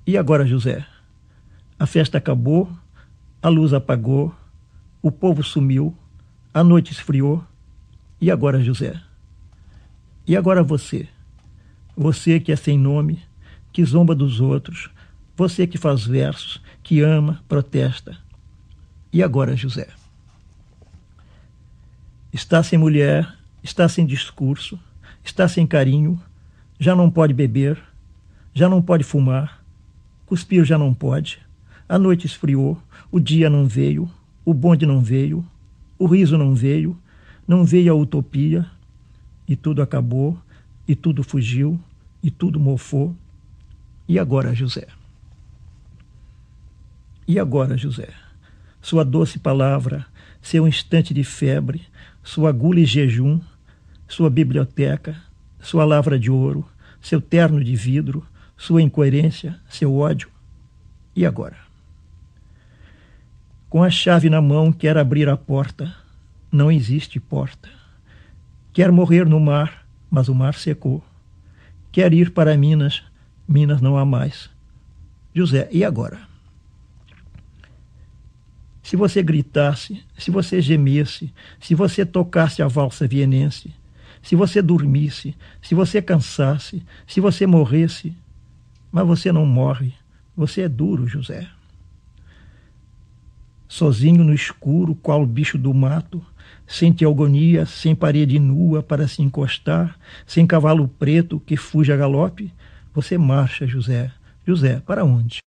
E agora, José? A festa acabou, a luz apagou, o povo sumiu, a noite esfriou. E agora, José? E agora você? Você que é sem nome, que zomba dos outros, você que faz versos, que ama, protesta. E agora, José? Está sem mulher, está sem discurso, está sem carinho, já não pode beber, já não pode fumar, cuspir já não pode, a noite esfriou, o dia não veio, o bonde não veio, o riso não veio a utopia, e tudo acabou, e tudo fugiu, e tudo mofou. E agora, José? E agora, José? Sua doce palavra, seu instante de febre, sua agulha e jejum, sua biblioteca, sua lavra de ouro, seu terno de vidro, sua incoerência, seu ódio. E agora? Com a chave na mão, quer abrir a porta. Não existe porta. Quer morrer no mar, mas o mar secou. Quer ir para Minas, Minas não há mais. José, e agora? Se você gritasse, se você gemesse, se você tocasse a valsa vienense, se você dormisse, se você cansasse, se você morresse, mas você não morre, você é duro, José. Sozinho no escuro, qual bicho do mato, sem teogonia, sem parede nua para se encostar, sem cavalo preto que fuja a galope, você marcha, José. José, para onde?